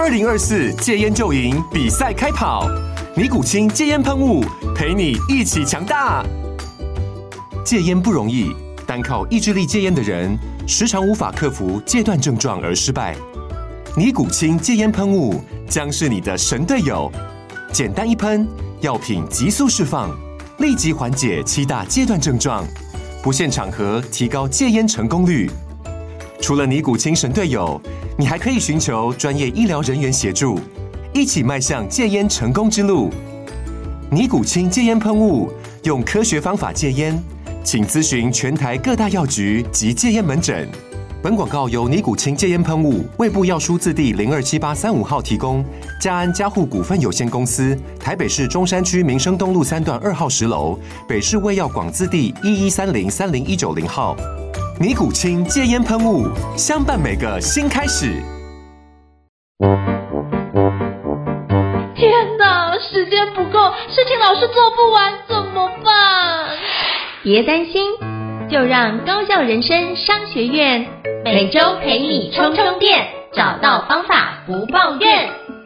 2024戒烟就赢比赛开跑，尼古清戒烟喷雾陪你一起强大。戒烟不容易，单靠意志力戒烟的人，时常无法克服戒断症状而失败。尼古清戒烟喷雾将是你的神队友，简单一喷，药品急速释放，立即缓解7大戒断症状，不限场合提高戒烟成功率。除了尼古清神队友，你还可以寻求专业医疗人员协助，一起迈向戒烟成功之路。尼古清戒烟喷雾，用科学方法戒烟，请咨询全台各大药局及戒烟门诊。本广告由尼古清戒烟喷雾、卫部药书字第027835号提供，嘉安嘉护股份有限公司，台北市中山区民生东路3段2号10楼，北市卫药广字第1130-30190号。尼古清戒烟喷雾，相伴每个新开始。 天哪，时间不够，事情老是做不完，怎么办？ 别担心，就让高效人生商学院每周陪你充充电，找到方法不抱怨。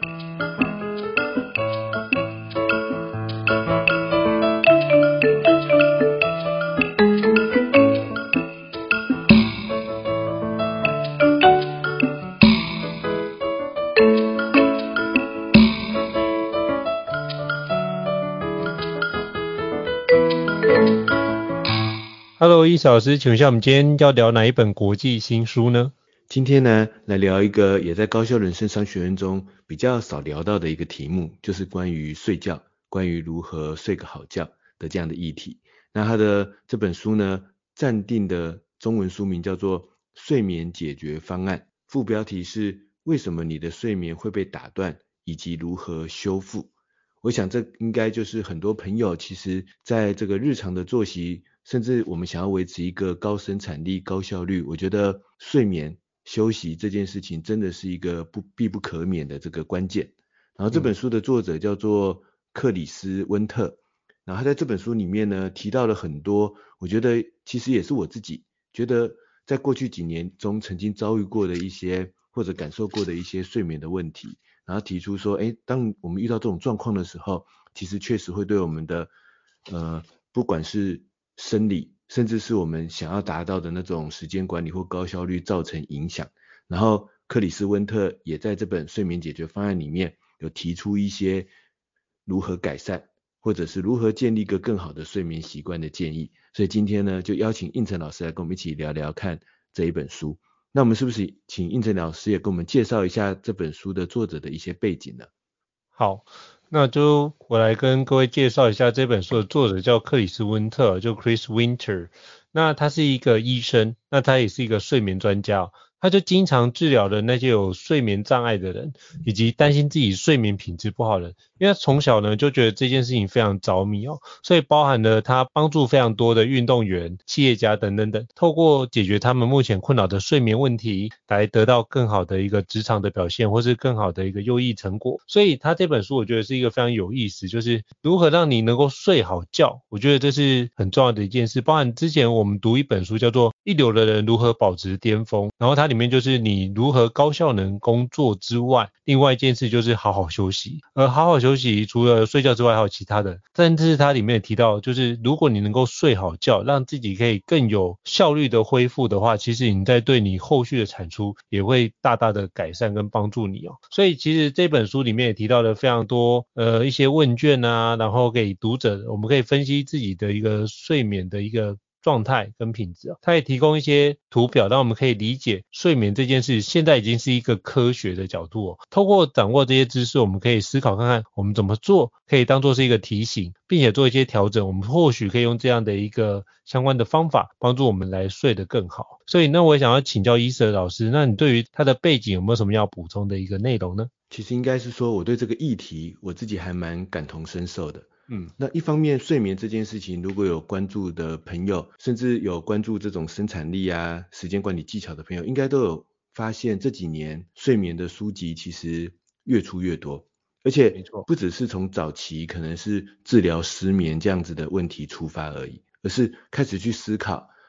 Hello， 易老师，请问一下，我们今天要聊哪一本国际新书呢？ 今天呢，来聊一个也在高效人生商学院中比较少聊到的一个题目，就是关于睡觉，关于如何睡个好觉的这样的议题。那他的这本书呢，暂定的中文书名叫做《睡眠解决方案》，副标题是为什么你的睡眠会被打断，以及如何修复。我想这应该就是很多朋友其实在这个日常的作息，甚至我们想要维持一个高生产力、高效率，我觉得睡眠休息这件事情真的是一个必不可免的这个关键。然后这本书的作者叫做克里斯温特，然后他在这本书里面呢提到了很多，我觉得其实也是我自己觉得在过去几年中曾经遭遇过的一些或者感受过的一些睡眠的问题，然后提出说，当我们遇到这种状况的时候，其实确实会对我们的不管是生理，甚至是我们想要达到的那种时间管理或高效率造成影响。然后克里斯温特也在这本睡眠解决方案里面有提出一些如何改善或者是如何建立一个更好的睡眠习惯的建议。所以今天呢，就邀请应成老师来跟我们一起聊聊看这一本书。那我们是不是请应成老师也跟我们介绍一下这本书的作者的一些背景呢？ 好，那就我来跟各位介绍一下这本书的作者叫克里斯温特，就 Chris Winter。那他是一个医生，那他也是一个睡眠专家，他就经常治疗的那些有睡眠障碍的人，以及担心自己睡眠品质不好的人。因为他从小呢就觉得这件事情非常着迷所以包含了他帮助非常多的运动员、企业家等等等，透过解决他们目前困扰的睡眠问题，来得到更好的一个职场的表现，或是更好的一个优异成果。所以他这本书我觉得是一个非常有意思，就是如何让你能够睡好觉，我觉得这是很重要的一件事。包含之前我们读一本书叫做《一流的人如何保持巅峰》，然后它里面就是你如何高效能工作之外，另外一件事就是好好休息。而好好休息除了睡觉之外还有其他的，但是它里面也提到，就是如果你能够睡好觉，让自己可以更有效率的恢复的话，其实你在对你后续的产出也会大大的改善跟帮助你所以其实这本书里面也提到了非常多一些问卷啊，然后给读者我们可以分析自己的一个睡眠的一个状态跟品质它也提供一些图表，让我们可以理解睡眠这件事现在已经是一个科学的角度透过掌握这些知识，我们可以思考看看我们怎么做可以当作是一个提醒，并且做一些调整，我们或许可以用这样的一个相关的方法帮助我们来睡得更好。所以那我也想要请教伊瑟老师，那你对于他的背景有没有什么要补充的一个内容呢？ 其实应该是说我对这个议题我自己还蛮感同身受的。那一方面睡眠这件事情，如果有关注的朋友，甚至有关注这种生产力啊、时间管理技巧的朋友，应该都有发现这几年睡眠的书籍其实越出越多，而且不只是从早期可能是治疗失眠这样子的问题出发而已，而是开始去思考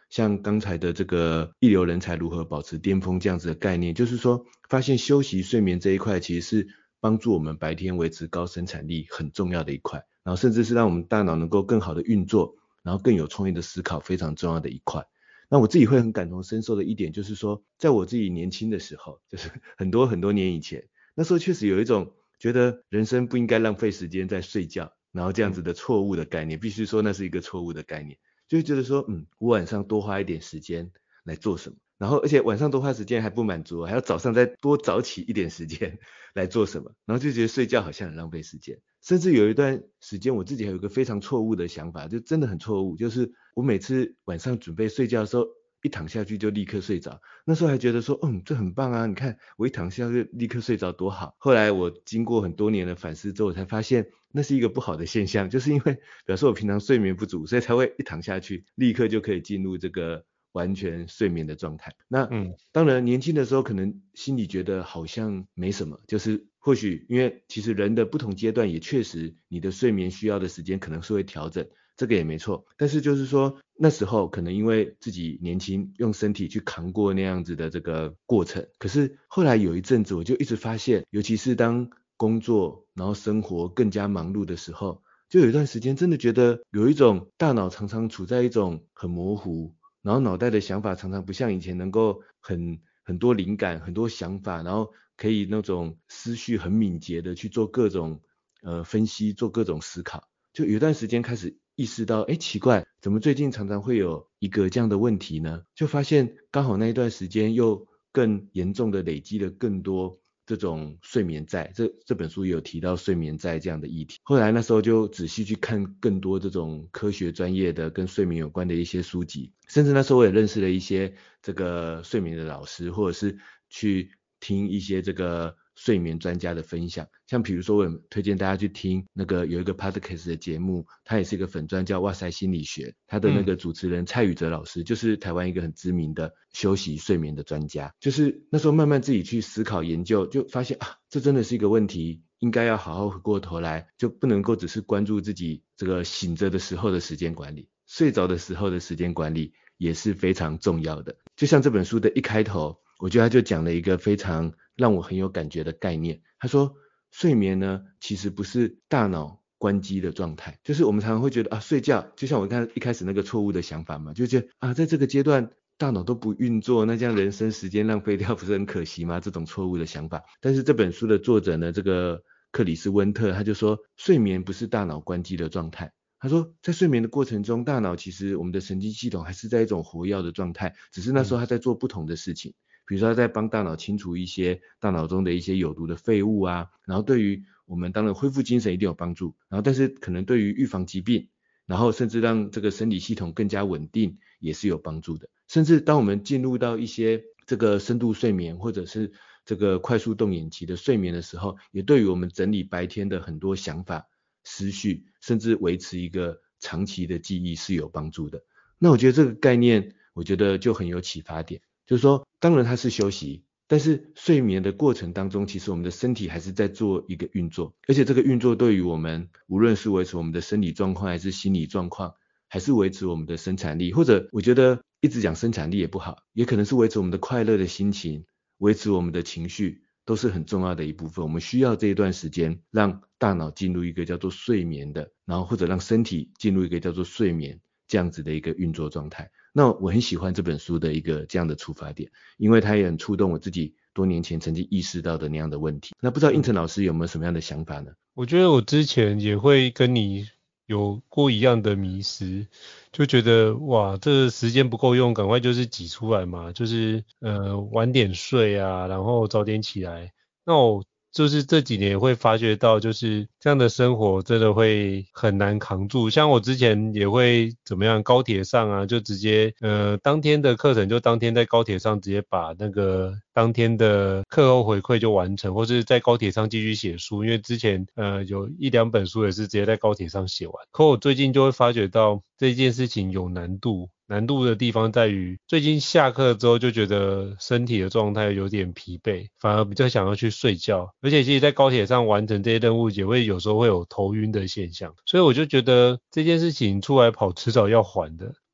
像刚才的这个一流人才如何保持巅峰这样子的概念，就是说发现休息睡眠这一块其实是帮助我们白天维持高生产力很重要的一块，然后甚至是让我们大脑能够更好的运作，然后更有创意的思考非常重要的一块。那我自己会很感同身受的一点就是说，在我自己年轻的时候，就是很多年以前，那时候确实有一种觉得人生不应该浪费时间在睡觉，然后这样子的错误的概念，必须说那是一个错误的概念，就会觉得说我晚上多花一点时间来做什么，然后而且晚上多花时间还不满足，还要早上再多早起一点时间来做什么，然后就觉得睡觉好像很浪费时间。甚至有一段时间我自己还有一个非常错误的想法，就真的很错误，就是我每次晚上准备睡觉的时候一躺下去就立刻睡着，那时候还觉得说这很棒啊，你看我一躺下就立刻睡着多好。后来我经过很多年的反思之后，我才发现那是一个不好的现象，就是因为表示我平常睡眠不足，所以才会一躺下去立刻就可以进入这个完全睡眠的状态。那当然年轻的时候可能心里觉得好像没什么，就是或许因为其实人的不同阶段也确实你的睡眠需要的时间可能是会调整，这个也没错，但是就是说那时候可能因为自己年轻，用身体去扛过那样子的这个过程，可是后来有一阵子我就一直发现，尤其是当工作然后生活更加忙碌的时候，就有一段时间真的觉得有一种大脑常常处在一种很模糊，然后脑袋的想法常常不像以前能够很多灵感很多想法，然后可以那种思绪很敏捷的去做各种分析，做各种思考。就有一段时间开始意识到奇怪，怎么最近常常会有一个这样的问题呢？就发现刚好那一段时间又更严重的累积了更多这种睡眠债，这本书也有提到睡眠债这样的议题。后来那时候就仔细去看更多这种科学专业的跟睡眠有关的一些书籍，甚至那时候我也认识了一些这个睡眠的老师，或者是去听一些这个睡眠专家的分享，像比如说我也推荐大家去听那个有一个 podcast 的节目，它也是一个粉专叫哇塞心理学，他的那个主持人蔡宇哲老师就是台湾一个很知名的休息睡眠的专家，就是那时候慢慢自己去思考研究，就发现这真的是一个问题，应该要好好回过头来，就不能够只是关注自己这个醒着的时候的时间管理，睡着的时候的时间管理也是非常重要的。就像这本书的一开头，我觉得他就讲了一个非常让我很有感觉的概念，他说睡眠呢其实不是大脑关机的状态，就是我们常常会觉得睡觉就像我看一开始那个错误的想法嘛，就觉得在这个阶段大脑都不运作，那这样人生时间浪费掉不是很可惜吗？这种错误的想法。但是这本书的作者呢，这个克里斯温特他就说睡眠不是大脑关机的状态，他说在睡眠的过程中，大脑其实我们的神经系统还是在一种活跃的状态，只是那时候他在做不同的事情，比如说他在帮大脑清除一些大脑中的一些有毒的废物啊，然后对于我们当然恢复精神一定有帮助，然后但是可能对于预防疾病，然后甚至让这个生理系统更加稳定也是有帮助的。甚至当我们进入到一些这个深度睡眠或者是这个快速动眼期的睡眠的时候，也对于我们整理白天的很多想法思绪，甚至维持一个长期的记忆是有帮助的。那我觉得这个概念我觉得就很有启发点，就是说当然它是休息，但是睡眠的过程当中，其实我们的身体还是在做一个运作，而且这个运作对于我们无论是维持我们的生理状况还是心理状况，还是维持我们的生产力，或者我觉得一直讲生产力也不好，也可能是维持我们的快乐的心情，维持我们的情绪，都是很重要的一部分。我们需要这一段时间让大脑进入一个叫做睡眠的，然后或者让身体进入一个叫做睡眠这样子的一个运作状态。那我很喜欢这本书的一个这样的出发点，因为它也很触动我自己多年前曾经意识到的那样的问题。那不知道应成老师有没有什么样的想法呢？ 我觉得我之前也会跟你有过一样的迷思，就觉得哇，这时间不够用，赶快就是挤出来嘛，就是晚点睡啊，然后早点起来。那我就是这几年也会发觉到，就是这样的生活真的会很难扛住。像我之前也会怎么样，高铁上啊，就直接当天的课程就当天在高铁上直接把那个当天的课后回馈就完成，或是在高铁上继续写书，因为之前有一两本书也是直接在高铁上写完。可我最近就会发觉到这件事情有难度的地方在于，最近下课之后就觉得身体的状态有点疲惫，反而比较想要去睡觉，而且其实在高铁上完成这些任务也会有时候会有头晕的现象，所以我就觉得这件事情出来跑迟早要还的。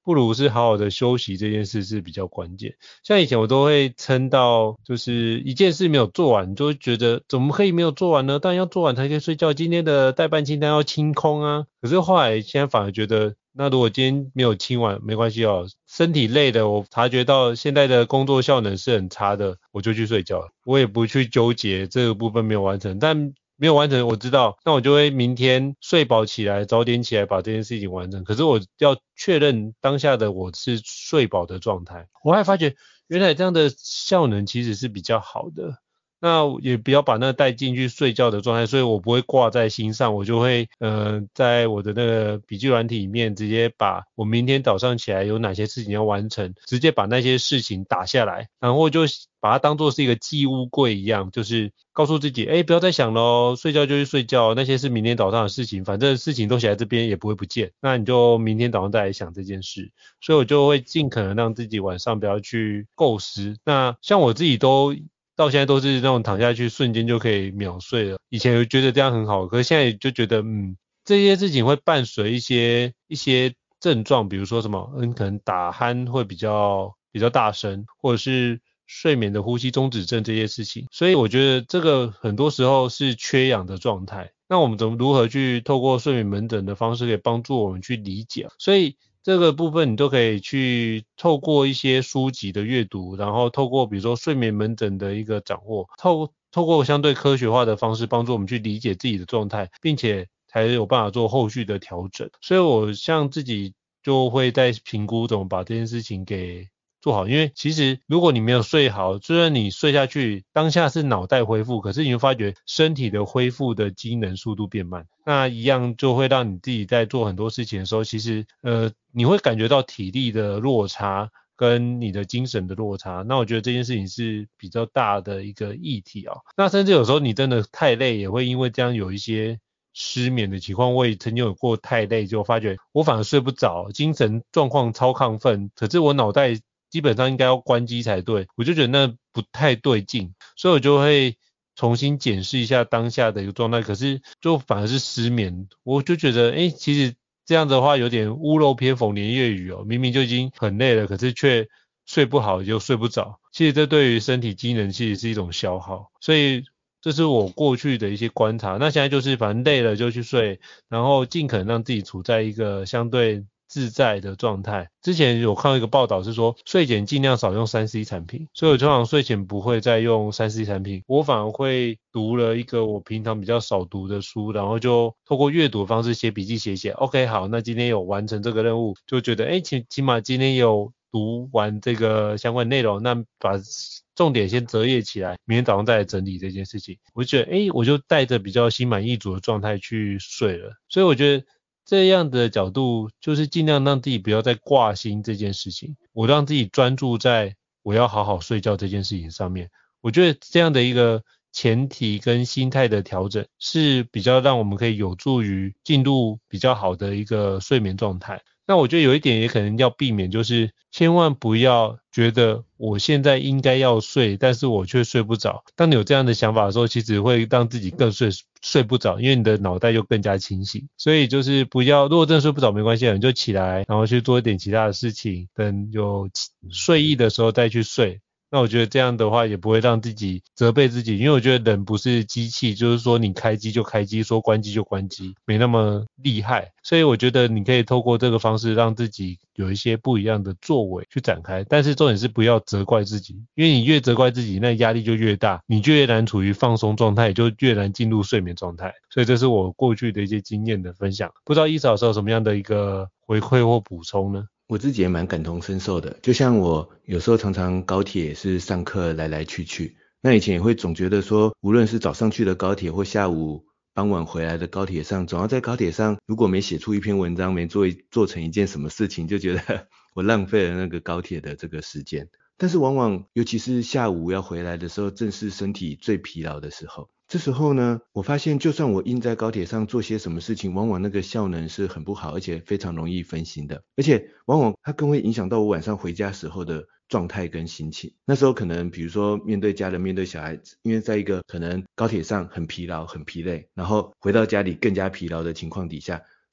不如是好好的休息，这件事是比较关键。像以前我都会撑到就是一件事没有做完，就会觉得怎么可以没有做完呢？当然要做完才可以睡觉，今天的待办清单要清空啊。可是后来现在反而觉得，那如果今天没有清完没关系哦，身体累的，我察觉到现在的工作效能是很差的，我就去睡觉了，我也不去纠结这个部分没有完成，但没有完成我知道，那我就会明天睡饱起来，早点起来把这件事情完成。可是我要确认当下的我是睡饱的状态，我还发觉原来这样的效能其实是比较好的。那也不要把那个带进去睡觉的状态，所以我不会挂在心上，我就会在我的那个笔记软体里面直接把我明天早上起来有哪些事情要完成，直接把那些事情打下来，然后就把它当作是一个寄物柜一样，就是告诉自己不要再想咯，睡觉就去睡觉，那些是明天早上的事情，反正事情都写在这边也不会不见，那你就明天早上再来想这件事。所以我就会尽可能让自己晚上不要去构思。那像我自己都到现在都是那种躺下去瞬间就可以秒睡了，以前觉得这样很好，可是现在就觉得这些事情会伴随一些症状，比如说什么可能打鼾会比较大声，或者是睡眠的呼吸中止症这些事情。所以我觉得这个很多时候是缺氧的状态，那我们如何去透过睡眠门诊的方式可以帮助我们去理解。所以这个部分你都可以去透过一些书籍的阅读，然后透过比如说睡眠门诊的一个掌握，透过相对科学化的方式帮助我们去理解自己的状态，并且才有办法做后续的调整。所以我像自己就会在评估怎么把这件事情给做好，因为其实如果你没有睡好，虽然你睡下去当下是脑袋恢复，可是你会发觉身体的恢复的机能速度变慢，那一样就会让你自己在做很多事情的时候，其实你会感觉到体力的落差跟你的精神的落差，那我觉得这件事情是比较大的一个议题啊。那甚至有时候你真的太累，也会因为这样有一些失眠的情况。我也曾经有过太累就发觉我反而睡不着，精神状况超亢奋，可是我脑袋基本上应该要关机才对，我就觉得那不太对劲，所以我就会重新检视一下当下的一个状态，可是就反而是失眠。我就觉得其实这样的话有点屋漏偏逢连夜雨明明就已经很累了，可是却睡不好就睡不着，其实这对于身体机能其实是一种消耗。所以这是我过去的一些观察，那现在就是反正累了就去睡，然后尽可能让自己处在一个相对自在的状态。之前有看到一个报道是说睡前尽量少用 3C 产品，所以我通常睡前不会再用 3C 产品，我反而会读了一个我平常比较少读的书，然后就透过阅读的方式写笔记写 OK 好，那今天有完成这个任务，就觉得起码今天有读完这个相关内容，那把重点先折页起来，明天早上再来整理这件事情，我就觉得我就带着比较心满意足的状态去睡了。所以我觉得这样的角度就是尽量让自己不要再挂心这件事情，我让自己专注在我要好好睡觉这件事情上面。我觉得这样的一个前提跟心态的调整是比较让我们可以有助于进入比较好的一个睡眠状态。那我觉得有一点也可能要避免，就是千万不要觉得我现在应该要睡，但是我却睡不着。当你有这样的想法的时候，其实会让自己更睡不着，因为你的脑袋就更加清醒。所以就是不要，如果真的睡不着没关系，你就起来，然后去做一点其他的事情，等有睡意的时候再去睡。那我觉得这样的话也不会让自己责备自己，因为我觉得人不是机器，就是说你开机就开机，说关机就关机，没那么厉害。所以我觉得你可以透过这个方式让自己有一些不一样的作为去展开，但是重点是不要责怪自己，因为你越责怪自己，那压力就越大，你就越难处于放松状态，也就越难进入睡眠状态。所以这是我过去的一些经验的分享，不知道伊嫂有什么样的一个回馈或补充呢？ 我自己也蛮感同身受的，就像我有时候常常高铁也是上课来来去去，那以前也会总觉得说，无论是早上去的高铁或下午傍晚回来的高铁上，总要在高铁上如果没写出一篇文章，没做成一件什么事情，就觉得我浪费了那个高铁的这个时间。但是往往尤其是下午要回来的时候，正是身体最疲劳的时候，这时候呢，我发现就算我硬在高铁上做些什么事情，往往那个效能是很不好，而且非常容易分心的，而且往往它更会影响到我晚上回家时候的状态跟心情。那时候可能比如说面对家人，面对小孩子，因为在一个可能高铁上很疲劳很疲累，然后回到家里更加疲劳的情况底下，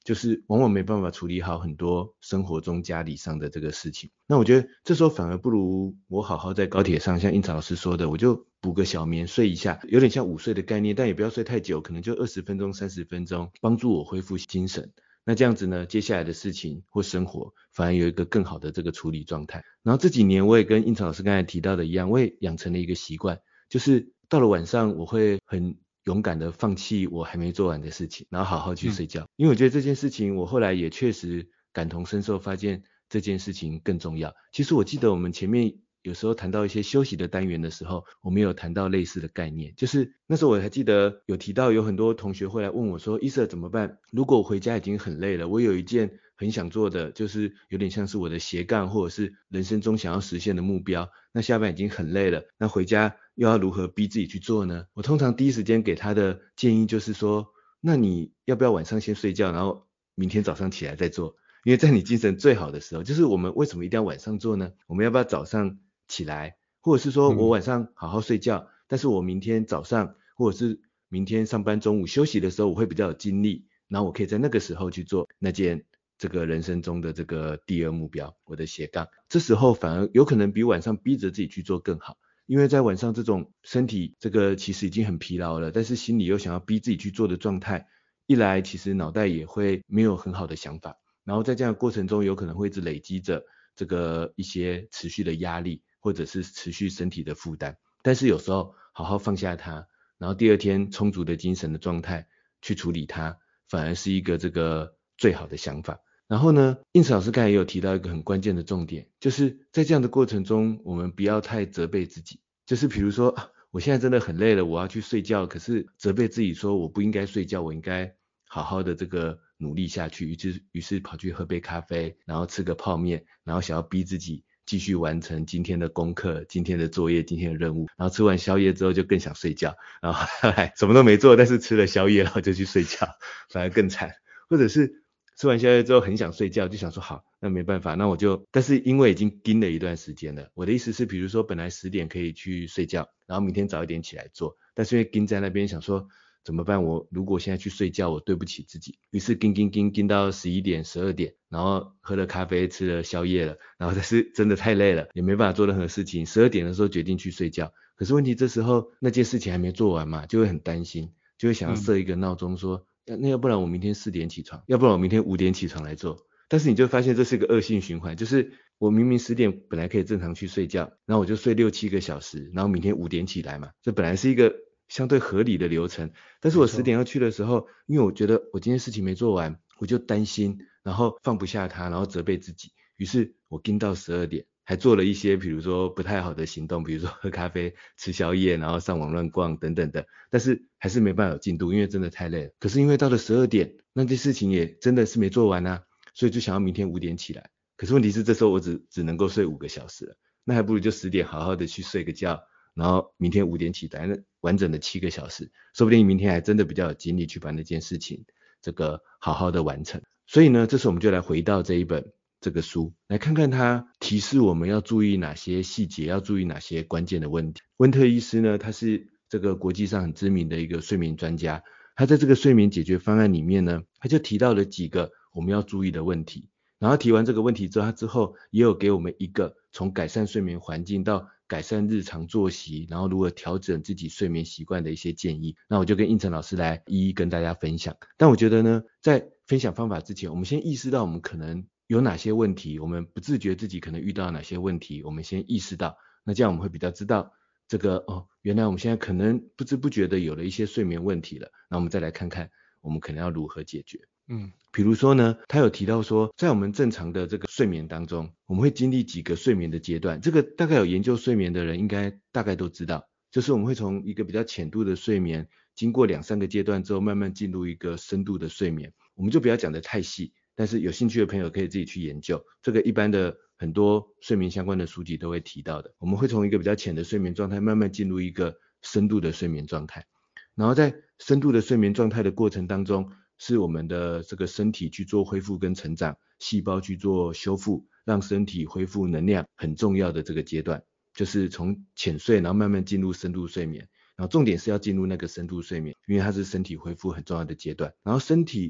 就是往往没办法处理好很多生活中家里上的这个事情。那我觉得这时候反而不如我好好在高铁上，像应采老师说的，我就补个小眠睡一下，有点像午睡的概念，但也不要睡太久，可能就20分钟30分钟，帮助我恢复精神。那这样子呢，接下来的事情或生活反而有一个更好的这个处理状态。然后这几年我也跟应采老师刚才提到的一样，我也养成了一个习惯，就是到了晚上我会很勇敢的放弃我还没做完的事情，然后好好去睡觉。因为我觉得这件事情我后来也确实感同身受，发现这件事情更重要。其实我记得我们前面有时候谈到一些休息的单元的时候，我们有谈到类似的概念，就是那时候我还记得有提到有很多同学会来问我说，Issa怎么办？如果我回家已经很累了，我有一件很想做的，就是有点像是我的斜杠或者是人生中想要实现的目标，那下班已经很累了，那回家又要如何逼自己去做呢？我通常第一时间给他的建议就是说，那你要不要晚上先睡觉，然后明天早上起来再做？因为在你精神最好的时候，就是我们为什么一定要晚上做呢？我们要不要早上起来，或者是说我晚上好好睡觉，但是我明天早上或者是明天上班中午休息的时候，我会比较有精力，然后我可以在那个时候去做那件这个人生中的这个第二目标，我的斜杠。这时候反而有可能比晚上逼着自己去做更好，因为在晚上这种身体这个其实已经很疲劳了，但是心里又想要逼自己去做的状态，一来其实脑袋也会没有很好的想法，然后在这样的过程中有可能会一直累积着这个一些持续的压力，或者是持续身体的负担。但是有时候好好放下它，然后第二天充足的精神的状态去处理它，反而是一个这个最好的想法。然后呢，应采老师刚才也有提到一个很关键的重点，就是在这样的过程中，我们不要太责备自己。就是比如说，我现在真的很累了，我要去睡觉，可是责备自己说我不应该睡觉，我应该好好的这个努力下去，于是跑去喝杯咖啡，然后吃个泡面，然后想要逼自己继续完成今天的功课、今天的作业、今天的任务，然后吃完宵夜之后就更想睡觉，然后什么都没做，但是吃了宵夜然后就去睡觉，反而更惨。或者是吃完宵夜之后很想睡觉，就想说好，那没办法，那我就，但是因为已经盯了一段时间了，我的意思是比如说本来10点可以去睡觉，然后明天早一点起来做，但是因为盯在那边想说怎么办，我如果现在去睡觉我对不起自己，于是盯到11点12点，然后喝了咖啡吃了宵夜了，然后但是真的太累了，也没办法做任何事情，12点的时候决定去睡觉，可是问题这时候那件事情还没做完嘛，就会很担心，就会想要设一个闹钟说那要不然我明天4点起床，要不然我明天5点起床来做。但是你就发现这是个恶性循环，就是我明明10点本来可以正常去睡觉，然后我就睡6-7个小时，然后明天5点起来嘛，这本来是一个相对合理的流程，但是我10点要去的时候，因为我觉得我今天事情没做完，我就担心，然后放不下它，然后责备自己，于是我盯到12点，还做了一些比如说不太好的行动，比如说喝咖啡、吃宵夜，然后上网乱逛等等的，但是还是没办法有进度，因为真的太累了。可是因为到了12点，那这事情也真的是没做完啊，所以就想要明天5点起来。可是问题是这时候我只能够睡5个小时了，那还不如就10点好好的去睡个觉，然后明天5点起来，那完整的7个小时，说不定明天还真的比较有精力去把那件事情这个好好的完成。所以呢，这时候我们就来回到这一本这个书，来看看它提示我们要注意哪些细节，要注意哪些关键的问题。温特医师呢，他是这个国际上很知名的一个睡眠专家，他在这个睡眠解决方案里面呢，他就提到了几个我们要注意的问题。然后提完这个问题之后，他之后也有给我们一个从改善睡眠环境到改善日常作息，然后如何调整自己睡眠习惯的一些建议。那我就跟应成老师来一一跟大家分享。但我觉得呢，在分享方法之前，我们先意识到我们可能有哪些问题，我们不自觉自己可能遇到哪些问题，我们先意识到，那这样我们会比较知道这个原来我们现在可能不知不觉的有了一些睡眠问题了，那我们再来看看我们可能要如何解决。比如说呢，他有提到说，在我们正常的这个睡眠当中，我们会经历几个睡眠的阶段，这个大概有研究睡眠的人应该大概都知道，就是我们会从一个比较浅度的睡眠，经过2-3个阶段之后，慢慢进入一个深度的睡眠。我们就不要讲得太细，但是有兴趣的朋友可以自己去研究，这个一般的很多睡眠相关的书籍都会提到的。我们会从一个比较浅的睡眠状态，慢慢进入一个深度的睡眠状态，然后在深度的睡眠状态的过程当中，是我们的这个身体去做恢复跟成长，细胞去做修复，让身体恢复能量很重要的这个阶段，就是从浅睡然后慢慢进入深度睡眠，然后重点是要进入那个深度睡眠，因为它是身体恢复很重要的阶段。然后身体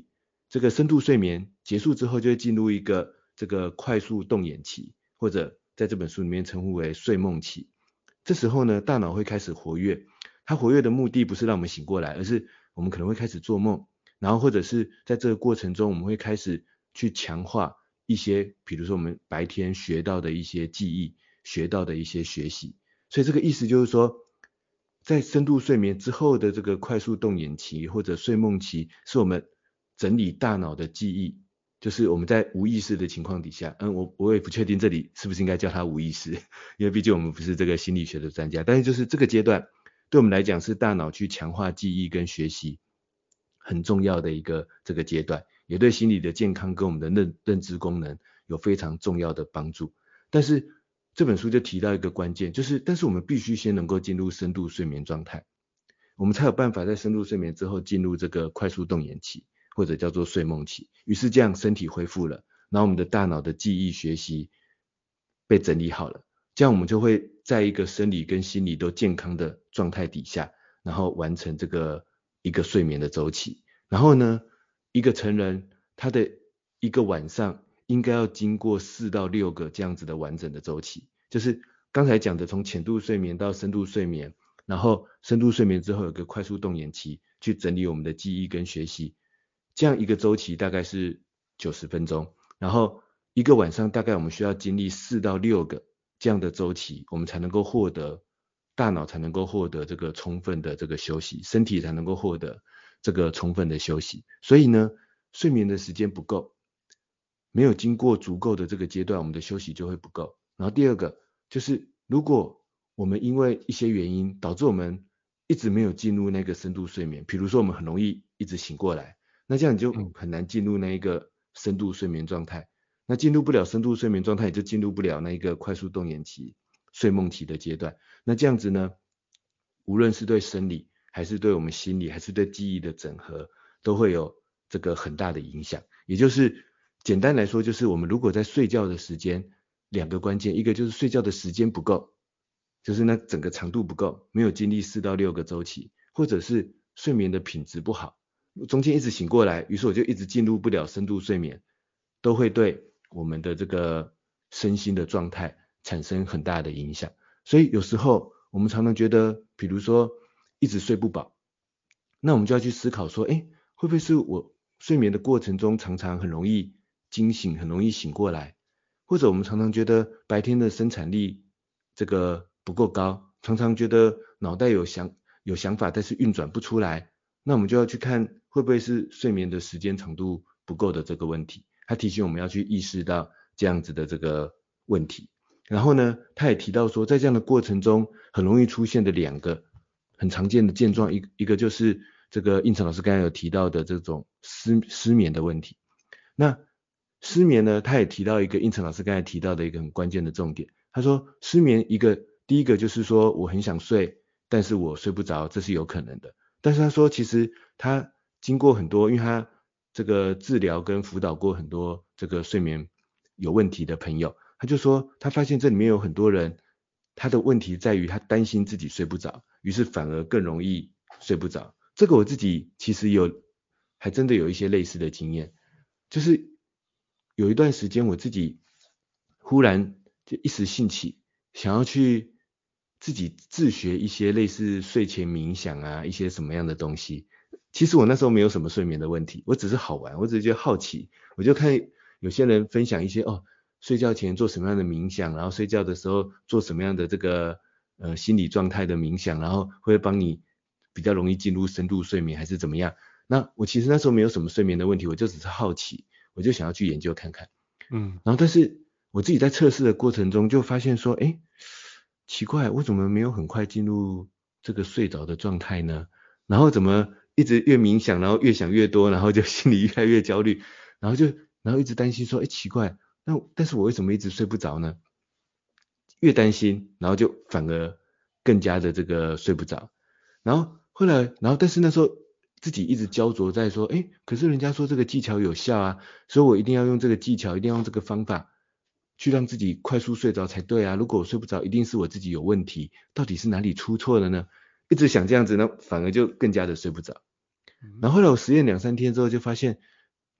这个深度睡眠结束之后就会进入一个这个快速动眼期，或者在这本书里面称呼为睡梦期。这时候呢，大脑会开始活跃，它活跃的目的不是让我们醒过来，而是我们可能会开始做梦，然后或者是在这个过程中我们会开始去强化一些比如说我们白天学到的一些记忆，学到的一些学习。所以这个意思就是说，在深度睡眠之后的这个快速动眼期或者睡梦期，是我们整理大脑的记忆，就是我们在无意识的情况底下，我也不确定这里是不是应该叫它无意识，因为毕竟我们不是这个心理学的专家，但是就是这个阶段对我们来讲是大脑去强化记忆跟学习很重要的一个这个阶段，也对心理的健康跟我们的认知功能有非常重要的帮助。但是这本书就提到一个关键，就是但是我们必须先能够进入深度睡眠状态，我们才有办法在深度睡眠之后进入这个快速动眼期，或者叫做睡梦期。于是这样身体恢复了，然后我们的大脑的记忆学习被整理好了，这样我们就会在一个生理跟心理都健康的状态底下，然后完成这个一个睡眠的周期。然后呢，一个成人他的一个晚上应该要经过4到6个这样子的完整的周期，就是刚才讲的从浅度睡眠到深度睡眠，然后深度睡眠之后有个快速动眼期去整理我们的记忆跟学习，这样一个周期大概是90分钟，然后一个晚上大概我们需要经历4到6个这样的周期，我们才能够获得，大脑才能够获得这个充分的这个休息，身体才能够获得这个充分的休息。所以呢，睡眠的时间不够，没有经过足够的这个阶段，我们的休息就会不够。然后第二个就是如果我们因为一些原因导致我们一直没有进入那个深度睡眠，比如说我们很容易一直醒过来，那这样你就很难进入那一个深度睡眠状态，那进入不了深度睡眠状态，也就进入不了那一个快速动眼期睡梦期的阶段。那这样子呢，无论是对生理还是对我们心理还是对记忆的整合，都会有这个很大的影响。也就是简单来说，就是我们如果在睡觉的时间2个关键，一个就是睡觉的时间不够，就是那整个长度不够，没有经历4到6个周期，或者是睡眠的品质不好，中间一直醒过来，于是我就一直进入不了深度睡眠，都会对我们的这个身心的状态产生很大的影响。所以有时候我们常常觉得，比如说一直睡不饱，那我们就要去思考说，会不会是我睡眠的过程中常常很容易惊醒，很容易醒过来，或者我们常常觉得白天的生产力这个不够高，常常觉得脑袋有想法但是运转不出来，那我们就要去看会不会是睡眠的时间长度不够的这个问题。他提醒我们要去意识到这样子的这个问题。然后呢，他也提到说，在这样的过程中很容易出现的2个很常见的症状，一个就是这个应成老师刚才有提到的这种失眠的问题。那失眠呢，他也提到一个应成老师刚才提到的一个很关键的重点，他说失眠第一个就是说我很想睡，但是我睡不着，这是有可能的。但是他说其实他经过很多，因为他这个治疗跟辅导过很多这个睡眠有问题的朋友，他就说他发现这里面有很多人他的问题在于他担心自己睡不着，于是反而更容易睡不着。这个我自己其实还真的有一些类似的经验，就是有一段时间我自己忽然就一时兴起，想要去自己自学一些类似睡前冥想啊，一些什么样的东西。其实我那时候没有什么睡眠的问题，我只是好玩，我只是觉得好奇，我就看有些人分享一些睡觉前做什么样的冥想，然后睡觉的时候做什么样的这个心理状态的冥想，然后会帮你比较容易进入深度睡眠还是怎么样。那我其实那时候没有什么睡眠的问题，我就只是好奇，我就想要去研究看看。然后但是我自己在测试的过程中就发现说，奇怪，我怎么没有很快进入这个睡着的状态呢？然后怎么一直越冥想，然后越想越多，然后就心里越来越焦虑，然后一直担心说，奇怪，但是我为什么一直睡不着呢？越担心，然后就反而更加的这个睡不着。然后但是那时候自己一直焦灼在说，可是人家说这个技巧有效啊，所以我一定要用这个技巧，一定要用这个方法去让自己快速睡着才对啊。如果我睡不着，一定是我自己有问题，到底是哪里出错了呢？一直想这样子呢，反而就更加的睡不着。然后后来我实验2-3天之后就发现，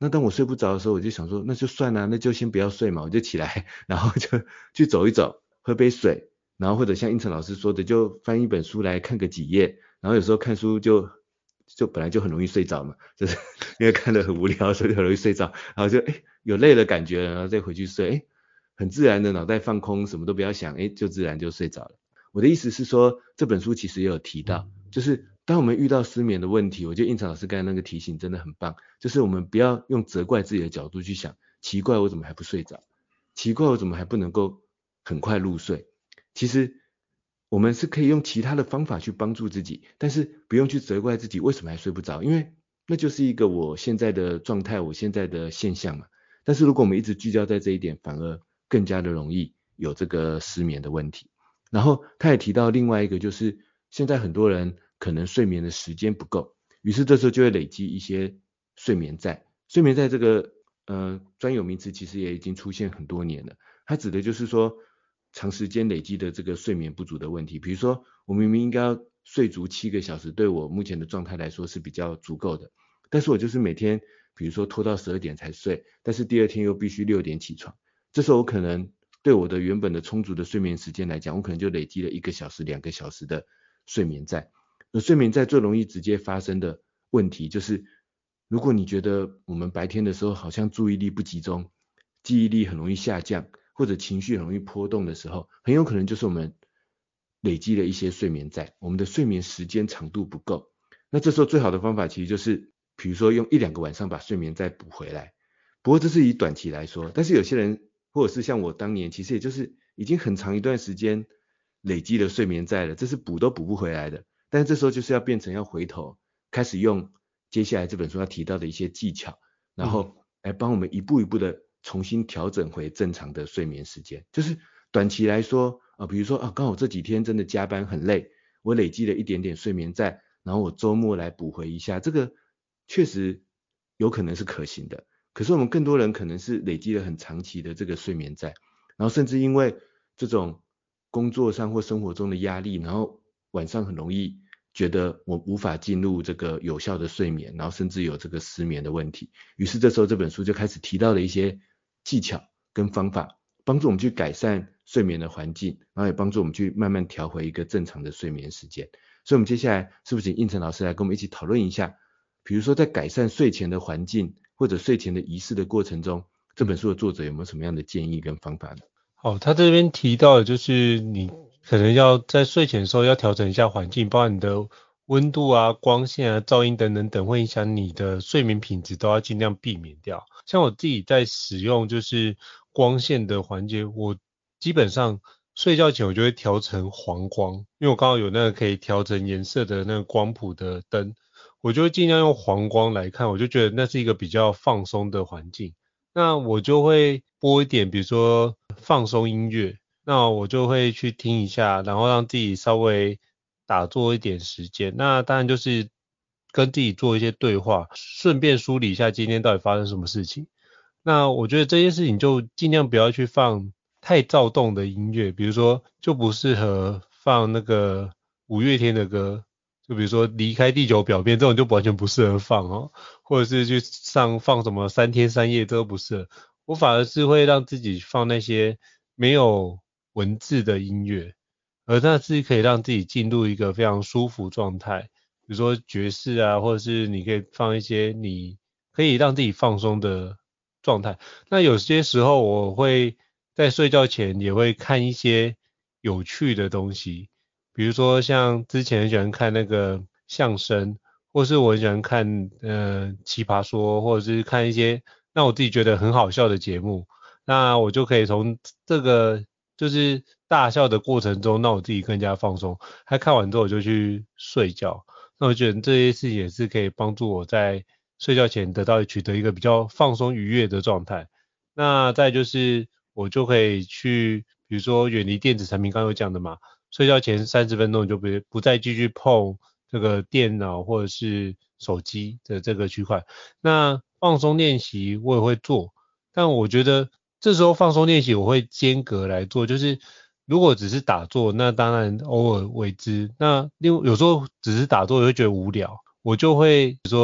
那当我睡不着的时候，我就想说那就算了，那就先不要睡嘛，我就起来，然后就去走一走，喝杯水，然后或者像应成老师说的，就翻一本书来看个几页，然后有时候看书就本来就很容易睡着嘛，就是因为看得很无聊，所以很容易睡着，然后就有累的感觉了，然后再回去睡，很自然的脑袋放空，什么都不要想，就自然就睡着了。我的意思是说，这本书其实也有提到，就是当我们遇到失眠的问题，我觉得应成老师刚才那个提醒真的很棒，就是我们不要用责怪自己的角度去想，奇怪我怎么还不睡着，奇怪我怎么还不能够很快入睡。其实我们是可以用其他的方法去帮助自己，但是不用去责怪自己为什么还睡不着，因为那就是一个我现在的状态，我现在的现象嘛。但是如果我们一直聚焦在这一点，反而更加的容易有这个失眠的问题。然后他也提到另外一个，就是现在很多人可能睡眠的时间不够，于是这时候就会累积一些睡眠债。睡眠债这个专有名词其实也已经出现很多年了，它指的就是说长时间累积的这个睡眠不足的问题。比如说我明明应该要睡足7个小时，对我目前的状态来说是比较足够的，但是我就是每天比如说拖到12点才睡，但是第二天又必须6点起床，这时候我可能对我的原本的充足的睡眠时间来讲，我可能就累积了1个小时、2个小时的睡眠债。而睡眠债最容易直接发生的问题就是，如果你觉得我们白天的时候好像注意力不集中，记忆力很容易下降，或者情绪很容易波动的时候，很有可能就是我们累积了一些睡眠债，我们的睡眠时间长度不够。那这时候最好的方法其实就是，比如说用1-2个晚上把睡眠债补回来。不过这是以短期来说，但是有些人或者是像我当年，其实也就是已经很长一段时间累积了睡眠债了，这是补都补不回来的。但是这时候就是要变成要回头开始用接下来这本书要提到的一些技巧，然后来帮我们一步一步的重新调整回正常的睡眠时间。就是短期来说比如说刚好这几天真的加班很累，我累积了一点点睡眠债，然后我周末来补回一下，这个确实有可能是可行的。可是我们更多人可能是累积了很长期的这个睡眠债，然后甚至因为这种工作上或生活中的压力，然后晚上很容易觉得我无法进入这个有效的睡眠，然后甚至有这个失眠的问题。于是这时候这本书就开始提到了一些技巧跟方法，帮助我们去改善睡眠的环境，然后也帮助我们去慢慢调回一个正常的睡眠时间。所以我们接下来是不是请应成老师来跟我们一起讨论一下，比如说在改善睡前的环境或者睡前的仪式的过程中，这本书的作者有没有什么样的建议跟方法呢？ 好，他这边提到的就是你可能要在睡前的时候要调整一下环境，包括你的温度啊、光线啊、噪音等等等，会影响你的睡眠品质，都要尽量避免掉。像我自己在使用就是光线的环节，我基本上睡觉前我就会调成黄光，因为我刚好有那个可以调整颜色的那个光谱的灯，我就会尽量用黄光来看，我就觉得那是一个比较放松的环境。那我就会播一点比如说放松音乐，那我就会去听一下，然后让自己稍微打坐一点时间。那当然就是跟自己做一些对话，顺便梳理一下今天到底发生什么事情。那我觉得这件事情就尽量不要去放太躁动的音乐，比如说就不适合放那个5月天的歌，就比如说离开地球表面这种就完全不适合放哦，或者是去放什么3天3夜，这都不适合。我反而是会让自己放那些没有文字的音乐，而那是可以让自己进入一个非常舒服状态，比如说爵士啊，或者是你可以放一些你可以让自己放松的状态。那有些时候我会在睡觉前也会看一些有趣的东西，比如说像之前很喜欢看那个相声，或是我很喜欢看奇葩说，或者是看一些让我自己觉得很好笑的节目，那我就可以从这个就是大笑的过程中让我自己更加放松，还看完之后我就去睡觉。那我觉得这些事情也是可以帮助我在睡觉前取得一个比较放松愉悦的状态。那再就是我就可以去比如说远离电子产品，刚刚有讲的嘛，睡觉前30分钟你就不再继续碰这个电脑或者是手机的这个区块。那放松练习我也会做，但我觉得这时候放松练习我会间隔来做，就是如果只是打坐，那当然偶尔为之，那有时候只是打坐也会觉得无聊，我就会比如说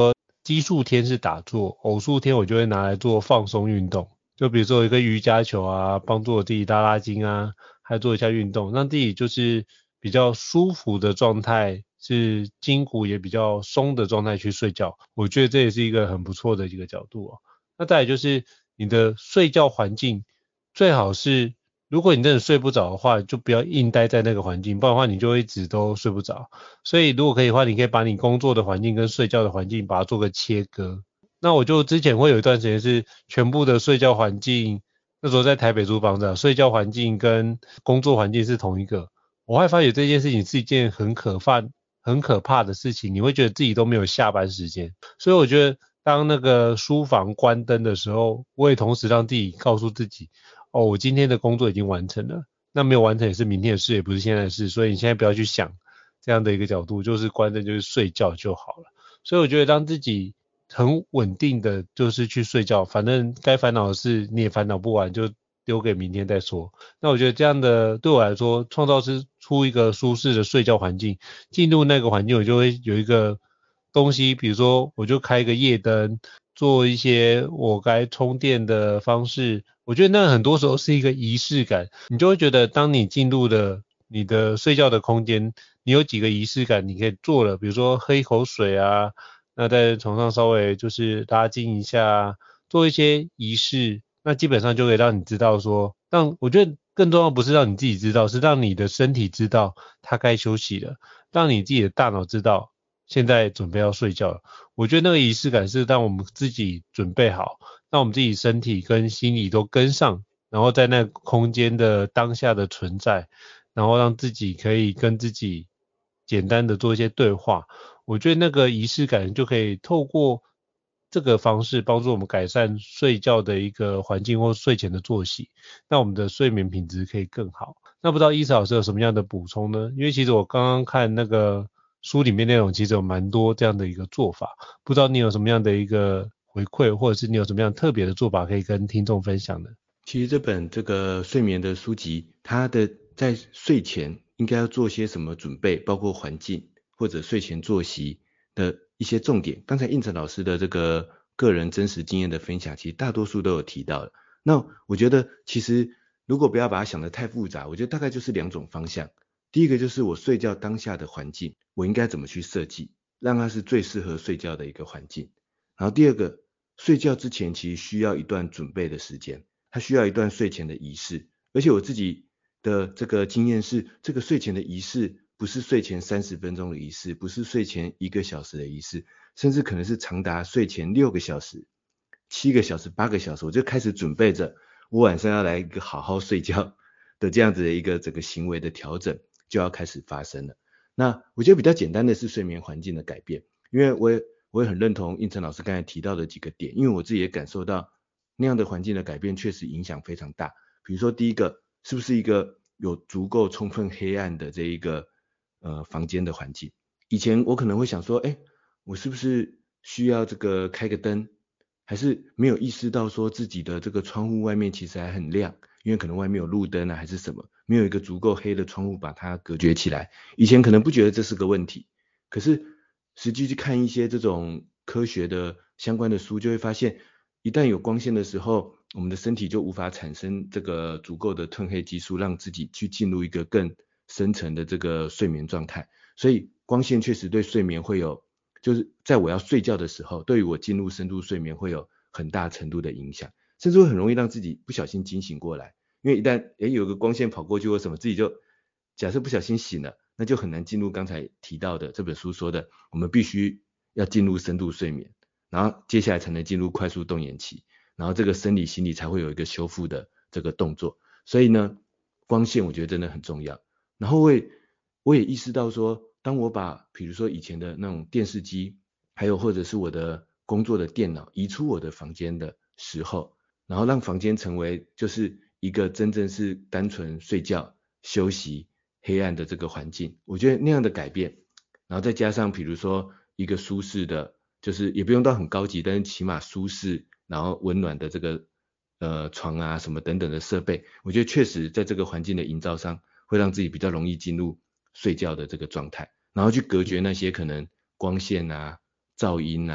奇数天是打坐，偶数天我就会拿来做放松运动，就比如说有一个瑜伽球啊，帮助我自己拉拉筋啊，还做一下运动，让自己就是比较舒服的状态，是筋骨也比较松的状态去睡觉，我觉得这也是一个很不错的一个角度哦。那再来就是你的睡觉环境最好是，如果你真的睡不着的话，就不要硬待在那个环境，不然的话你就会一直都睡不着。所以如果可以的话，你可以把你工作的环境跟睡觉的环境把它做个切割。那我就之前会有一段时间是全部的睡觉环境，那时候在台北租房子，睡觉环境跟工作环境是同一个。我会发觉这件事情是一件很可怕的事情，你会觉得自己都没有下班时间。所以我觉得当那个书房关灯的时候，我也同时让自己告诉自己，哦，我今天的工作已经完成了，那没有完成也是明天的事，也不是现在的事，所以你现在不要去想这样的一个角度，就是关灯就是睡觉就好了。所以我觉得让自己很稳定的就是去睡觉，反正该烦恼的事你也烦恼不完，就丢给明天再说。那我觉得这样的对我来说，创造出一个舒适的睡觉环境，进入那个环境我就会有一个东西，比如说我就开一个夜灯，做一些我该充电的方式，我觉得那很多时候是一个仪式感，你就会觉得当你进入了你的睡觉的空间，你有几个仪式感你可以做了，比如说喝一口水啊，那在床上稍微就是拉筋一下，做一些仪式，那基本上就可以让你知道说，我觉得更重要不是让你自己知道，是让你的身体知道它该休息了，让你自己的大脑知道现在准备要睡觉了。我觉得那个仪式感是让我们自己准备好，让我们自己身体跟心理都跟上，然后在那个空间的当下的存在，然后让自己可以跟自己简单的做一些对话。我觉得那个仪式感就可以透过这个方式帮助我们改善睡觉的一个环境或睡前的作息，那我们的睡眠品质可以更好。那不知道伊嫂老师有什么样的补充呢？因为其实我刚刚看那个书里面内容其实有蛮多这样的一个做法，不知道你有什么样的一个回馈，或者是你有什么样特别的做法可以跟听众分享的？ 其实这本这个睡眠的书籍，它的在睡前应该要做些什么准备，包括环境或者睡前作息的一些重点。刚才应成老师的这个个人真实经验的分享，其实大多数都有提到了。那我觉得其实如果不要把它想得太复杂，我觉得大概就是两种方向。第一个就是我睡觉当下的环境，我应该怎么去设计，让它是最适合睡觉的一个环境。然后第二个，睡觉之前其实需要一段准备的时间，它需要一段睡前的仪式。而且我自己的这个经验是，这个睡前的仪式不是睡前30分钟的仪式，不是睡前1个小时的仪式，甚至可能是长达睡前6个小时、7个小时、8个小时，我就开始准备着我晚上要来一个好好睡觉的这样子的一个整个行为的调整就要开始发生了。那我觉得比较简单的是睡眠环境的改变，因为我也很认同应成老师刚才提到的几个点，因为我自己也感受到那样的环境的改变确实影响非常大。比如说第一个，是不是一个有足够充分黑暗的这一个房间的环境。以前我可能会想说，我是不是需要这个开个灯，还是没有意识到说自己的这个窗户外面其实还很亮，因为可能外面有路灯啊还是什么，没有一个足够黑的窗户把它隔绝起来。以前可能不觉得这是个问题，可是实际去看一些这种科学的相关的书，就会发现一旦有光线的时候，我们的身体就无法产生这个足够的褪黑激素，让自己去进入一个更深层的这个睡眠状态。所以光线确实对睡眠会有，就是在我要睡觉的时候，对于我进入深度睡眠会有很大程度的影响，甚至会很容易让自己不小心惊醒过来。因为一旦有个光线跑过去或什么，自己就假设不小心醒了，那就很难进入刚才提到的这本书说的，我们必须要进入深度睡眠，然后接下来才能进入快速动眼期，然后这个生理心理才会有一个修复的这个动作。所以呢，光线我觉得真的很重要。然后我也意识到说，当我把比如说以前的那种电视机，还有或者是我的工作的电脑移出我的房间的时候，然后让房间成为就是一个真正是单纯睡觉、休息、黑暗的这个环境，我觉得那样的改变，然后再加上比如说一个舒适的，就是也不用到很高级，但是起码舒适然后温暖的这个床啊什么等等的设备，我觉得确实在这个环境的营造上会让自己比较容易进入睡觉的这个状态，然后去隔绝那些可能光线啊、噪音啊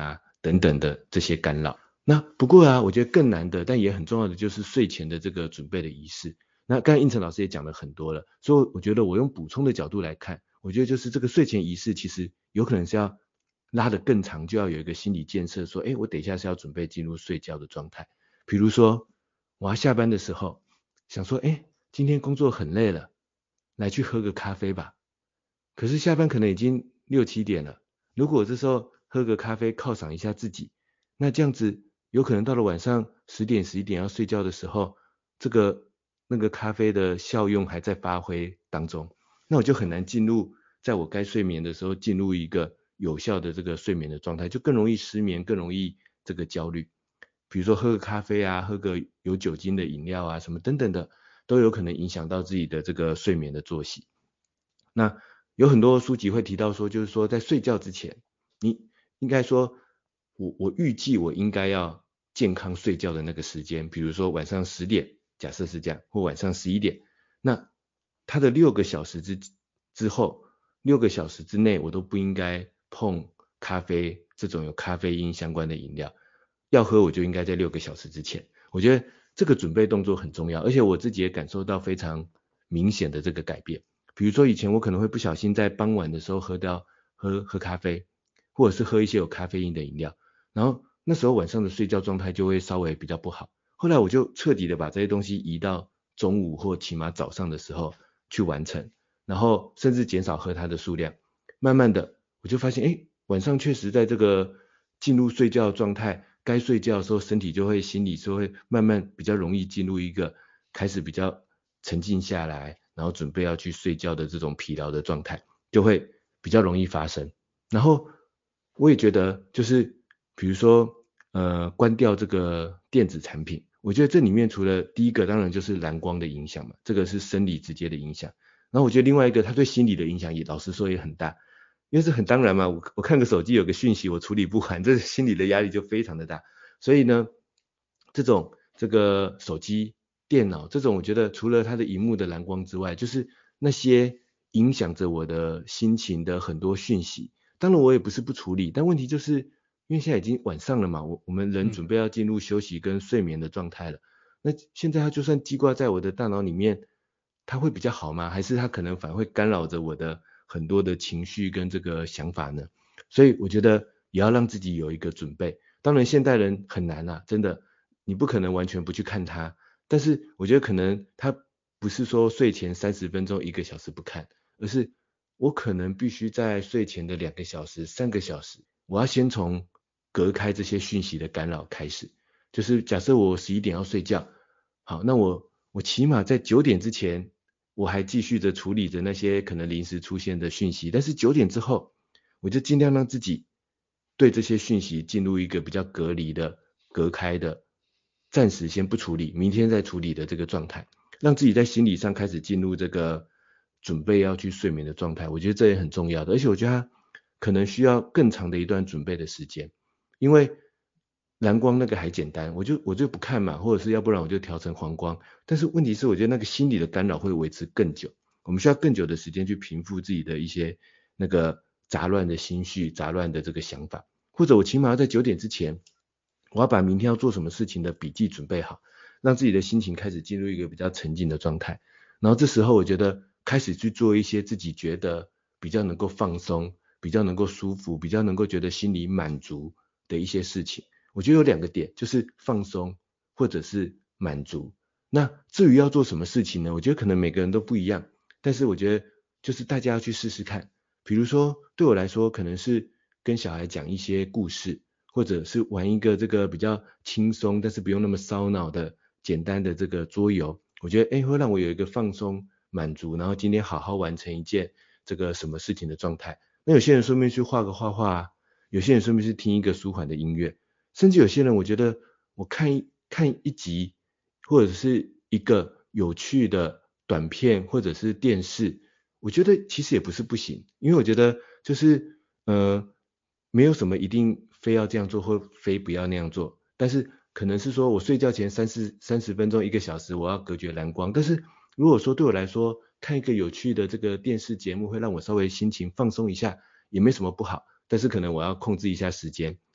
等等的这些干扰。那不过啊，我觉得更难的但也很重要的就是睡前的这个准备的仪式。那刚才应成老师也讲了很多了，所以我觉得我用补充的角度来看，我觉得就是这个睡前仪式其实有可能是要拉得更长，就要有一个心理建设，说我等一下是要准备进入睡觉的状态。比如说我要下班的时候想说今天工作很累了，来去喝个咖啡吧。可是下班可能已经6、7点了，如果我这时候喝个咖啡犒赏一下自己，那这样子有可能到了晚上10点11点要睡觉的时候，那个咖啡的效用还在发挥当中，那我就很难进入在我该睡眠的时候进入一个有效的这个睡眠的状态，就更容易失眠，更容易这个焦虑。比如说喝个咖啡啊，喝个有酒精的饮料啊，什么等等的，都有可能影响到自己的这个睡眠的作息。那有很多书籍会提到说，就是说在睡觉之前，你应该说我预计我应该要健康睡觉的那个时间，比如说晚上10点，假设是这样，或晚上11点，那它的6个小时之后，6个小时之内我都不应该碰咖啡这种有咖啡因相关的饮料，要喝我就应该在6个小时之前。我觉得这个准备动作很重要，而且我自己也感受到非常明显的这个改变。比如说以前我可能会不小心在傍晚的时候喝咖啡，或者是喝一些有咖啡因的饮料，然后那时候晚上的睡觉状态就会稍微比较不好。后来我就彻底的把这些东西移到中午或起码早上的时候去完成，然后甚至减少喝它的数量。慢慢的我就发现晚上确实在这个进入睡觉的状态，该睡觉的时候身体就会心理就会慢慢比较容易进入一个开始比较沉静下来，然后准备要去睡觉的这种疲劳的状态就会比较容易发生。然后我也觉得就是比如说关掉这个电子产品，我觉得这里面除了第一个当然就是蓝光的影响嘛，这个是生理直接的影响。然后我觉得另外一个它对心理的影响也老实说也很大，因为是很当然嘛，我看个手机有个讯息我处理不完，这心理的压力就非常的大。所以呢这个手机电脑这种，我觉得除了它的荧幕的蓝光之外，就是那些影响着我的心情的很多讯息，当然我也不是不处理，但问题就是因为现在已经晚上了嘛，我们人准备要进入休息跟睡眠的状态了，那现在它就算记挂在我的大脑里面，它会比较好吗？还是它可能反而会干扰着我的很多的情绪跟这个想法呢？所以我觉得也要让自己有一个准备。当然现代人很难啊，真的你不可能完全不去看它，但是我觉得可能它不是说睡前30分钟1个小时不看，而是我可能必须在睡前的2个小时3个小时，我要先从隔开这些讯息的干扰开始。就是假设我11点要睡觉，好，那我起码在9点之前我还继续着处理着那些可能临时出现的讯息，但是9点之后我就尽量让自己对这些讯息进入一个比较隔离的隔开的暂时先不处理明天再处理的这个状态，让自己在心理上开始进入这个准备要去睡眠的状态。我觉得这也很重要的，而且我觉得它可能需要更长的一段准备的时间，因为蓝光那个还简单，我就不看嘛，或者是要不然我就调成黄光，但是问题是我觉得那个心理的干扰会维持更久，我们需要更久的时间去平复自己的一些那个杂乱的心绪杂乱的这个想法，或者我起码要在9点之前我要把明天要做什么事情的笔记准备好，让自己的心情开始进入一个比较沉静的状态，然后这时候我觉得开始去做一些自己觉得比较能够放松比较能够舒服比较能够觉得心里满足的一些事情。我觉得有2个点，就是放松或者是满足。那至于要做什么事情呢，我觉得可能每个人都不一样，但是我觉得就是大家要去试试看。比如说对我来说可能是跟小孩讲一些故事，或者是玩一个这个比较轻松但是不用那么烧脑的简单的这个桌游，我觉得会让我有一个放松满足，然后今天好好完成一件这个什么事情的状态。那有些人顺便去画个画画，有些人顺便是听一个舒缓的音乐，甚至有些人我觉得我看一集或者是一个有趣的短片或者是电视，我觉得其实也不是不行，因为我觉得就是没有什么一定非要这样做或非不要那样做，但是可能是说我睡觉前30分钟1个小时我要隔绝蓝光，但是如果说对我来说看一个有趣的这个电视节目会让我稍微心情放松一下也没什么不好，但是可能我要控制一下时间，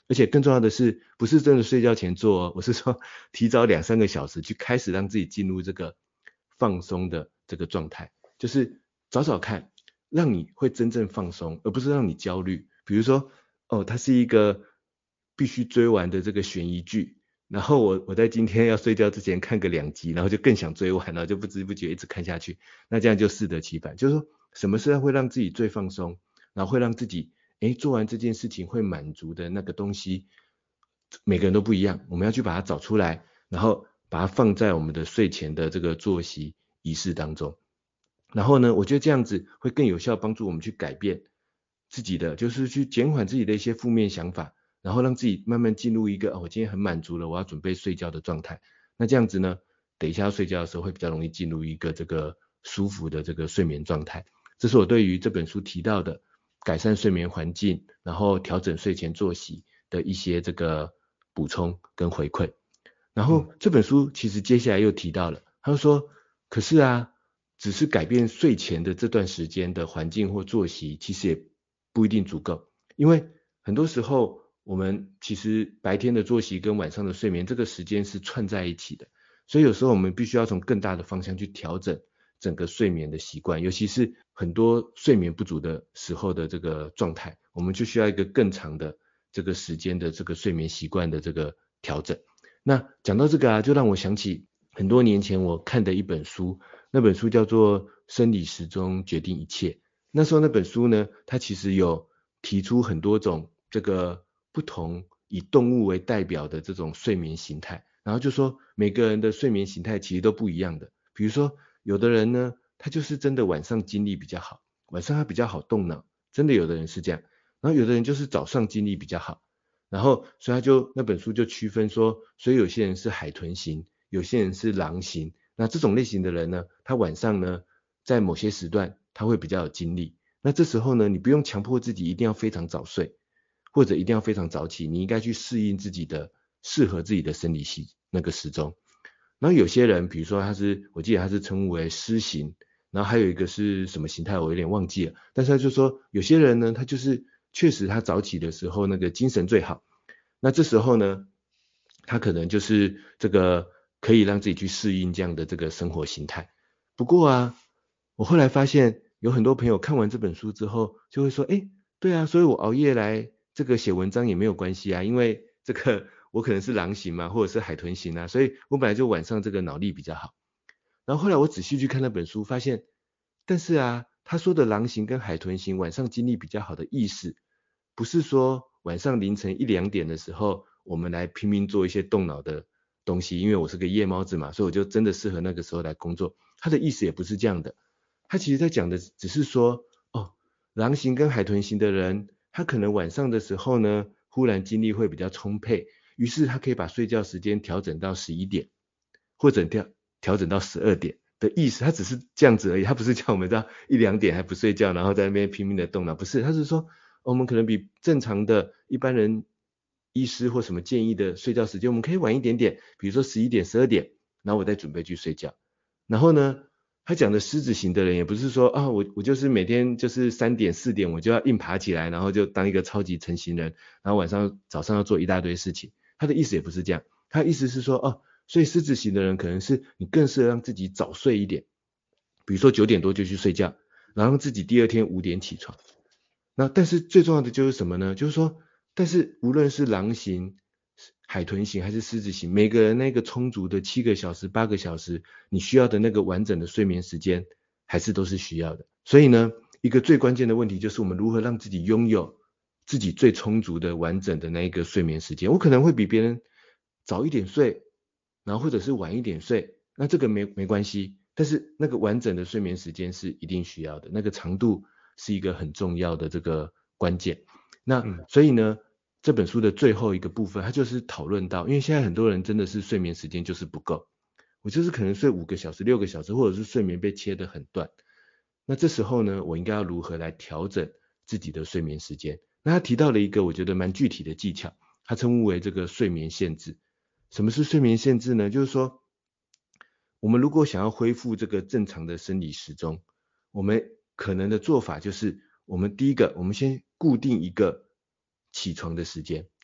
而且更重要的是，不是真的睡觉前做哦，我是说提早2-3个小时去开始让自己进入这个放松的这个状态，就是找找看，让你会真正放松，而不是让你焦虑。比如说，它是一个必须追完的这个悬疑剧，然后我在今天要睡觉之前看个2集，然后就更想追完，然后就不知不觉一直看下去，那这样就适得其反。就是说，什么事会让自己最放松，然后会让自己做完这件事情会满足的那个东西，每个人都不一样，我们要去把它找出来，然后把它放在我们的睡前的这个作息仪式当中。然后呢，我觉得这样子会更有效帮助我们去改变自己的，就是去减缓自己的一些负面想法，然后让自己慢慢进入一个我今天很满足了，我要准备睡觉的状态。那这样子呢，等一下要睡觉的时候会比较容易进入一个这个舒服的这个睡眠状态。这是我对于这本书提到的改善睡眠环境，然后调整睡前作息的一些这个补充跟回馈。然后这本书其实接下来又提到了，他就说，可是啊，只是改变睡前的这段时间的环境或作息，其实也不一定足够，因为很多时候我们其实白天的作息跟晚上的睡眠这个时间是串在一起的，所以有时候我们必须要从更大的方向去调整整个睡眠的习惯，尤其是很多睡眠不足的时候的这个状态，我们就需要一个更长的这个时间的这个睡眠习惯的这个调整。那讲到这个啊，就让我想起很多年前我看的一本书，那本书叫做《生理时钟决定一切》。那时候那本书呢，它其实有提出很多种这个不同以动物为代表的这种睡眠形态，然后就说每个人的睡眠形态其实都不一样的。比如说有的人呢，他就是真的晚上精力比较好，晚上他比较好动脑，真的有的人是这样。然后有的人就是早上精力比较好，然后所以那本书就区分说，所以有些人是海豚型，有些人是狼型。那这种类型的人呢，他晚上呢，在某些时段他会比较有精力。那这时候呢，你不用强迫自己一定要非常早睡，或者一定要非常早起，你应该去适应自己的适合自己的生理那个时钟。然后有些人，比如说我记得他是称为狮型，然后还有一个是什么形态我有点忘记了，但是他就说有些人呢，他就是确实他早起的时候那个精神最好，那这时候呢，他可能就是这个可以让自己去适应这样的这个生活形态。不过啊，我后来发现有很多朋友看完这本书之后就会说，对啊，所以我熬夜来这个写文章也没有关系啊，因为这个我可能是狼型嘛，或者是海豚型啊，所以我本来就晚上这个脑力比较好。然后后来我仔细去看那本书，发现，但是啊，他说的狼型跟海豚型晚上精力比较好的意思，不是说晚上凌晨1-2点的时候，我们来拼命做一些动脑的东西，因为我是个夜猫子嘛，所以我就真的适合那个时候来工作。他的意思也不是这样的，他其实在讲的只是说，狼型跟海豚型的人，他可能晚上的时候呢，忽然精力会比较充沛，于是他可以把睡觉时间调整到11点，或者调整到12点的意思，他只是这样子而已，他不是叫我们到1-2点还不睡觉，然后在那边拼命的动脑，不是，他是说我们可能比正常的一般人医师或什么建议的睡觉时间，我们可以晚一点点，比如说11点、12点，然后我再准备去睡觉。然后呢，他讲的狮子型的人也不是说我就是每天就是3点4点我就要硬爬起来，然后就当一个超级成型人，然后早上要做一大堆事情，他的意思也不是这样，他的意思是说所以狮子型的人可能是你更适合让自己早睡一点，比如说9点多就去睡觉，然后让自己第二天5点起床。那但是最重要的就是什么呢？就是说，但是无论是狼型、海豚型还是狮子型，每个人那个充足的7个小时、8个小时，你需要的那个完整的睡眠时间，还是都是需要的。所以呢，一个最关键的问题就是我们如何让自己拥有自己最充足的完整的那一个睡眠时间。我可能会比别人早一点睡，然后或者是晚一点睡，那这个没关系，但是那个完整的睡眠时间是一定需要的，那个长度是一个很重要的这个关键。那所以呢，这本书的最后一个部分，它就是讨论到，因为现在很多人真的是睡眠时间就是不够，我就是可能睡5个小时、6个小时，或者是睡眠被切得很断。那这时候呢，我应该要如何来调整自己的睡眠时间？那他提到了一个我觉得蛮具体的技巧，他称为这个睡眠限制。什么是睡眠限制呢？就是说，我们如果想要恢复这个正常的生理时钟，我们可能的做法就是，第一个，我们先固定一个起床的时间。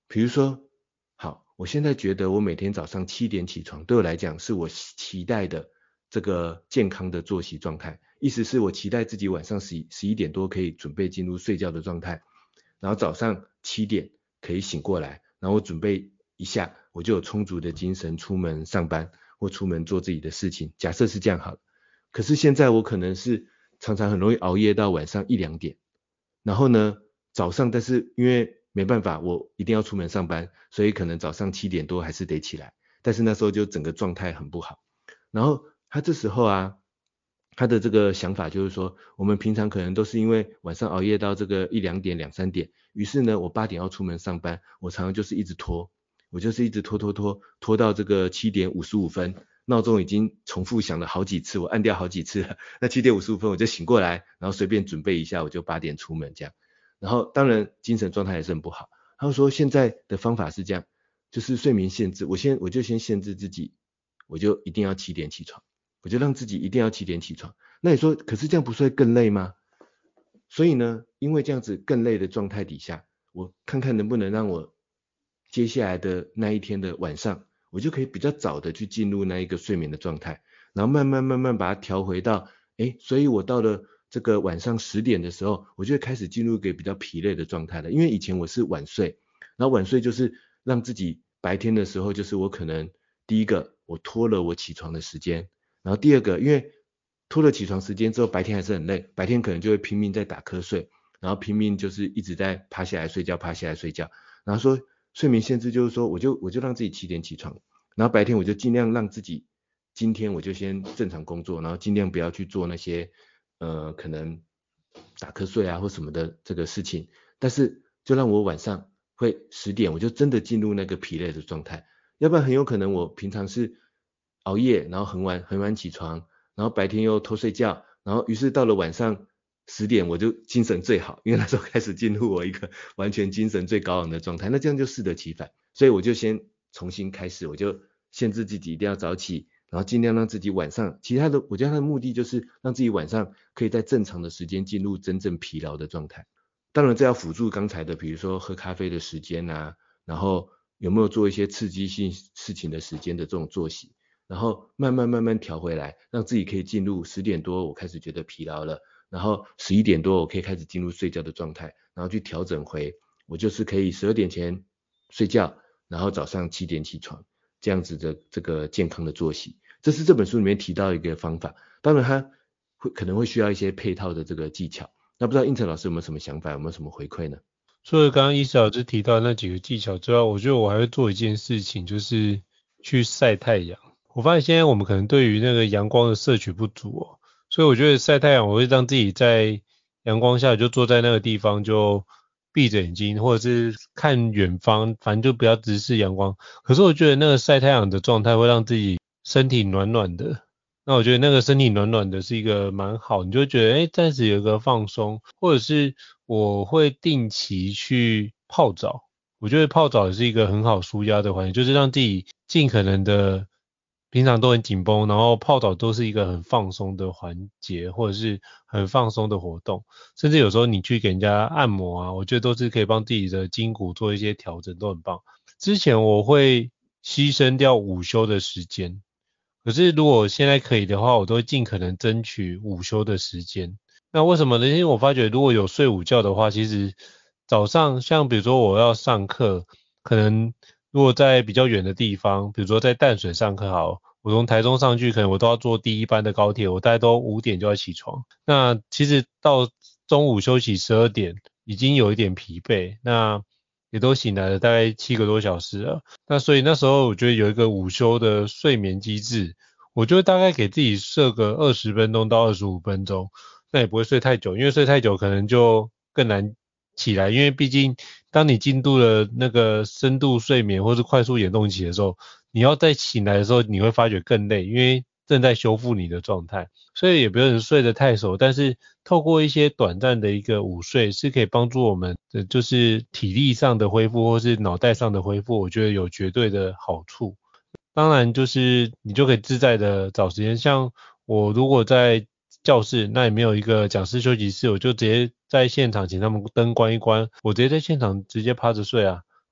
比如说，好，我现在觉得我每天早上7点起床，对我来讲是我期待的这个健康的作息状态，意思是我期待自己晚上11点多可以准备进入睡觉的状态，然后早上7点可以醒过来，然后我准备一下，我就有充足的精神出门上班或出门做自己的事情，假设是这样好了。可是现在我可能是常常很容易熬夜到晚上1、2点，然后呢早上但是因为没办法我一定要出门上班，所以可能早上7点多还是得起来，但是那时候就整个状态很不好。然后他这时候啊，他的这个想法就是说，我们平常可能都是因为晚上熬夜到这个1、2点、2、3点，于是呢我8点要出门上班，我常常就是一直拖，我就是一直拖到这个7点55分，闹钟已经重复响了好几次，我按掉好几次了，那7点55分我就醒过来，然后随便准备一下，我就8点出门这样。然后当然精神状态也是很不好。他说现在的方法是这样，就是睡眠限制，我就先限制自己，我就一定要7点起床，我就让自己一定要7点起床。那你说可是这样不是会更累吗？所以呢，因为这样子更累的状态底下，我看看能不能让我接下来的那一天的晚上，我就可以比较早的去进入那一个睡眠的状态，然后慢慢把它调回到，所以我到了这个晚上10点的时候，我就会开始进入一个比较疲累的状态了。因为以前我是晚睡，然后晚睡就是让自己白天的时候，就是我可能第一个我拖了我起床的时间，然后第二个因为拖了起床时间之后，白天还是很累，白天可能就会拼命在打瞌睡，然后拼命就是一直在趴下来睡觉，然后说睡眠限制就是说我就让自己7点起床，然后白天我就尽量让自己今天我就先正常工作，然后尽量不要去做那些可能打瞌睡啊或什么的这个事情，但是就让我晚上会10点我就真的进入那个疲累的状态，要不然很有可能我平常是熬夜，然后很晚起床，然后白天又偷睡觉，然后于是到了晚上10点我就精神最好，因为那时候开始进入我一个完全精神最高昂的状态，那这样就适得其反，所以我就先重新开始，我就限制自己一定要早起，然后尽量让自己晚上，其他的我觉得他的目的就是让自己晚上可以在正常的时间进入真正疲劳的状态。当然这要辅助刚才的比如说喝咖啡的时间啊，然后有没有做一些刺激性事情的时间的这种作息，然后慢慢调回来，让自己可以进入10点多我开始觉得疲劳了，然后11点多我可以开始进入睡觉的状态，然后去调整回我就是可以12点前睡觉，然后早上7点起床，这样子的这个健康的作息，这是这本书里面提到一个方法，当然它可能会需要一些配套的这个技巧，那不知道应成老师有没有什么想法，有没有什么回馈呢？ 除了刚刚医师老师提到那几个技巧之外，我觉得我还会做一件事情，就是去晒太阳。我发现现在我们可能对于那个阳光的摄取不足哦，所以我觉得晒太阳，我会让自己在阳光下就坐在那个地方，就闭着眼睛，或者是看远方，反正就不要直视阳光。可是我觉得那个晒太阳的状态会让自己身体暖暖的，那我觉得那个身体暖暖的是一个蛮好，你就会觉得暂时有一个放松，或者是我会定期去泡澡，我觉得泡澡也是一个很好舒压的环境，就是让自己尽可能的平常都很紧绷，然后泡澡都是一个很放松的环节，或者是很放松的活动，甚至有时候你去给人家按摩啊，我觉得都是可以帮自己的筋骨做一些调整，都很棒。之前我会牺牲掉午休的时间，可是如果现在可以的话，我都会尽可能争取午休的时间。那为什么呢？因为我发觉如果有睡午觉的话，其实早上像比如说我要上课，可能如果在比较远的地方，比如说在淡水上课好，我从台中上去，可能我都要坐第一班的高铁，我大概都5点就要起床。那其实到中午休息12点，已经有一点疲惫，那也都醒来了大概7个多小时了。那所以那时候我觉得有一个午休的睡眠机制，我就会大概给自己设个20分钟到25分钟，那也不会睡太久，因为睡太久可能就更难起来，因为毕竟当你进入了那个深度睡眠或是快速眼动期的时候，你要再醒来的时候，你会发觉更累，因为正在修复你的状态，所以也不用睡得太熟，但是透过一些短暂的一个午睡是可以帮助我们的就是体力上的恢复或是脑袋上的恢复，我觉得有绝对的好处。当然就是你就可以自在的找时间，像我如果在教室，那也没有一个讲师休息室，我就直接在现场请他们灯关一关，我直接在现场直接趴着睡啊。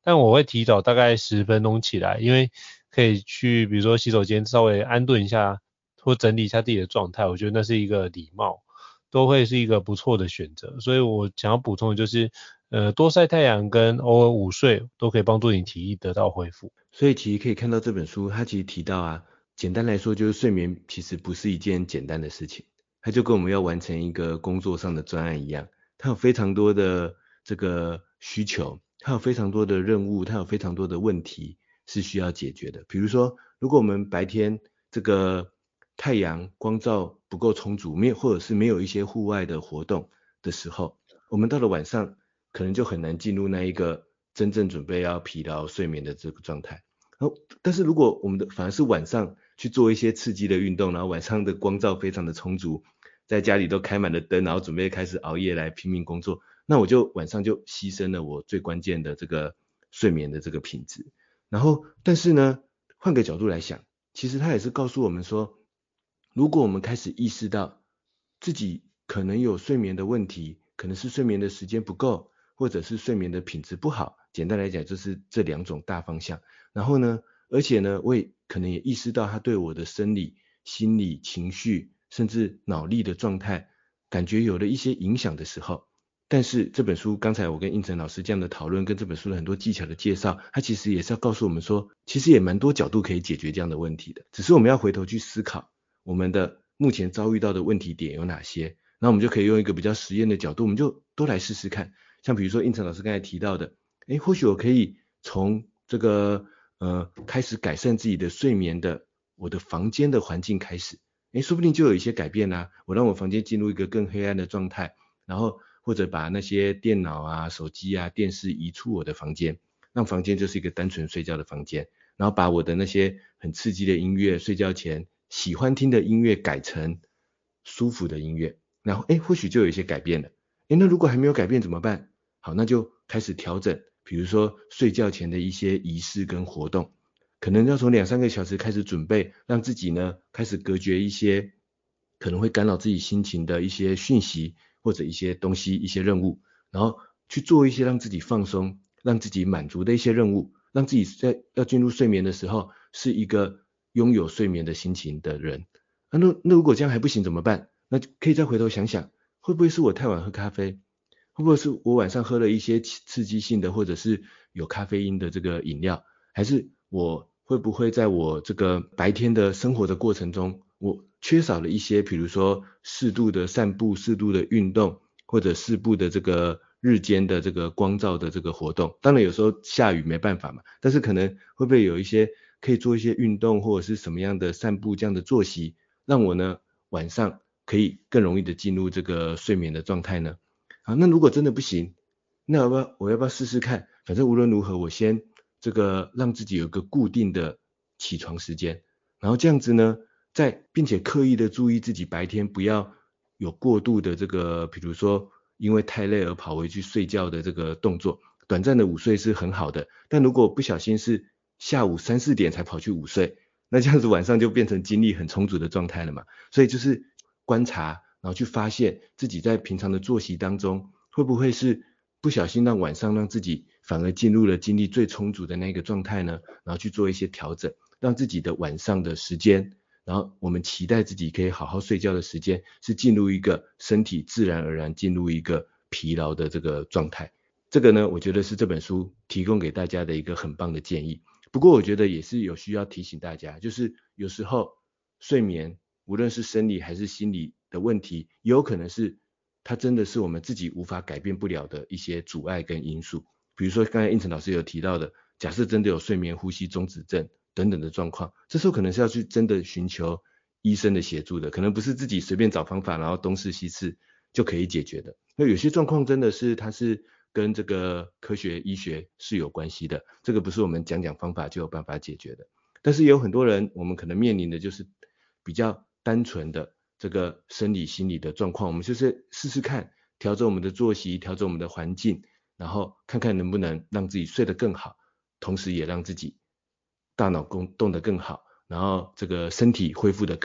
但我会提早大概10分钟起来，因为可以去比如说洗手间稍微安顿一下或整理一下自己的状态，我觉得那是一个礼貌，都会是一个不错的选择。所以我想要补充的就是多晒太阳跟偶尔午睡都可以帮助你体力得到恢复。 所以其实可以看到这本书它其实提到啊，简单来说就是睡眠其实不是一件简单的事情，它就跟我们要完成一个工作上的专案一样，它有非常多的这个需求，它有非常多的任务，它有非常多的问题是需要解决的。比如说如果我们白天这个太阳光照不够充足，或者是没有一些户外的活动的时候，我们到了晚上可能就很难进入那一个真正准备要疲劳睡眠的这个状态。但是如果我们反而是晚上去做一些刺激的运动，然后晚上的光照非常的充足，在家里都开满了灯，然后准备开始熬夜来拼命工作，那我就晚上就牺牲了我最关键的这个睡眠的这个品质。然后但是呢，换个角度来想，其实它也是告诉我们说，如果我们开始意识到自己可能有睡眠的问题，可能是睡眠的时间不够，或者是睡眠的品质不好，简单来讲就是这2种大方向。然后呢，而且呢，我也可能也意识到它对我的生理、心理、情绪，甚至脑力的状态，感觉有了一些影响的时候，但是这本书刚才我跟应成老师这样的讨论，跟这本书的很多技巧的介绍，它其实也是要告诉我们说，其实也蛮多角度可以解决这样的问题的，只是我们要回头去思考我们的目前遭遇到的问题点有哪些，那我们就可以用一个比较实验的角度，我们就都来试试看。像比如说应成老师刚才提到的，或许我可以从这个开始改善自己的睡眠的我的房间的环境开始，说不定就有一些改变啊，我让我房间进入一个更黑暗的状态，然后或者把那些电脑啊、手机啊、电视移出我的房间，让房间就是一个单纯睡觉的房间，然后把我的那些很刺激的音乐，睡觉前喜欢听的音乐改成舒服的音乐，然后或许就有一些改变了。那如果还没有改变怎么办？好，那就开始调整，比如说睡觉前的一些仪式跟活动，可能要从2-3个小时开始准备，让自己呢开始隔绝一些可能会干扰自己心情的一些讯息或者一些东西、一些任务，然后去做一些让自己放松、让自己满足的一些任务，让自己在要进入睡眠的时候是一个拥有睡眠的心情的人。那如果这样还不行怎么办？那就可以再回头想想，会不会是我太晚喝咖啡？会不会是我晚上喝了一些刺激性的或者是有咖啡因的这个饮料？还是我会不会在我这个白天的生活的过程中，我缺少了一些比如说适度的散步、适度的运动，或者适度的这个日间的这个光照的这个活动？当然有时候下雨没办法嘛，但是可能会不会有一些可以做一些运动或者是什么样的散步这样的作息，让我呢晚上可以更容易的进入这个睡眠的状态呢？好，那如果真的不行，那我要不要试试看？反正无论如何，我先这个让自己有个固定的起床时间，然后这样子呢，并且刻意的注意自己白天不要有过度的这个，比如说因为太累而跑回去睡觉的这个动作。短暂的午睡是很好的，但如果不小心是下午3-4点才跑去午睡，那这样子晚上就变成精力很充足的状态了嘛。所以就是观察，然后去发现自己在平常的作息当中，会不会是不小心让晚上让自己反而进入了精力最充足的那个状态呢？然后去做一些调整，让自己的晚上的时间，然后我们期待自己可以好好睡觉的时间，是进入一个身体自然而然进入一个疲劳的这个状态。这个呢，我觉得是这本书提供给大家的一个很棒的建议。不过我觉得也是有需要提醒大家，就是有时候睡眠无论是生理还是心理的问题，也有可能是它真的是我们自己无法改变不了的一些阻碍跟因素。比如说刚才应成老师有提到的，假设真的有睡眠呼吸中止症等等的状况，这时候可能是要去真的寻求医生的协助的，可能不是自己随便找方法然后东试西试就可以解决的。那有些状况真的是它是跟这个科学医学是有关系的，这个不是我们讲方法就有办法解决的。但是也有很多人我们可能面临的就是比较单纯的这个生理心理的状况，我们就是试试看调整我们的作息，调整我们的环境，然后看看能不能让自己睡得更好，同时也让自己大脑动得更好，然后这个身体恢复得更好。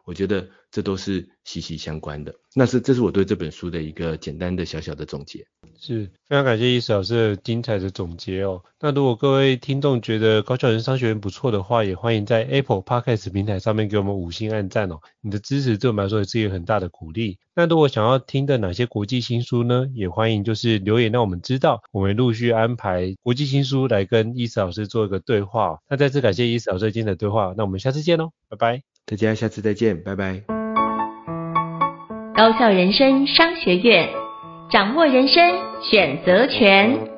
我觉得这都是息息相关的。这是我对这本书的一个简单的小小的总结。 是，非常感谢医师老师的精彩的总结哦。那如果各位听众觉得高效人生商学院不错的话，也欢迎在 Apple Podcast 平台上面给我们5星按赞哦。你的支持对我们来说也是一个很大的鼓励。那如果想要听的哪些国际新书呢，也欢迎就是留言让我们知道，我们陆续安排国际新书来跟医师老师做一个对话哦。那再次感谢医师老师今天的对话，那我们下次见哦，拜拜。 大家下次再见，拜拜。 高效人生商学院，掌握人生选择权。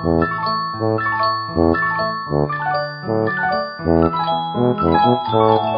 Thank you.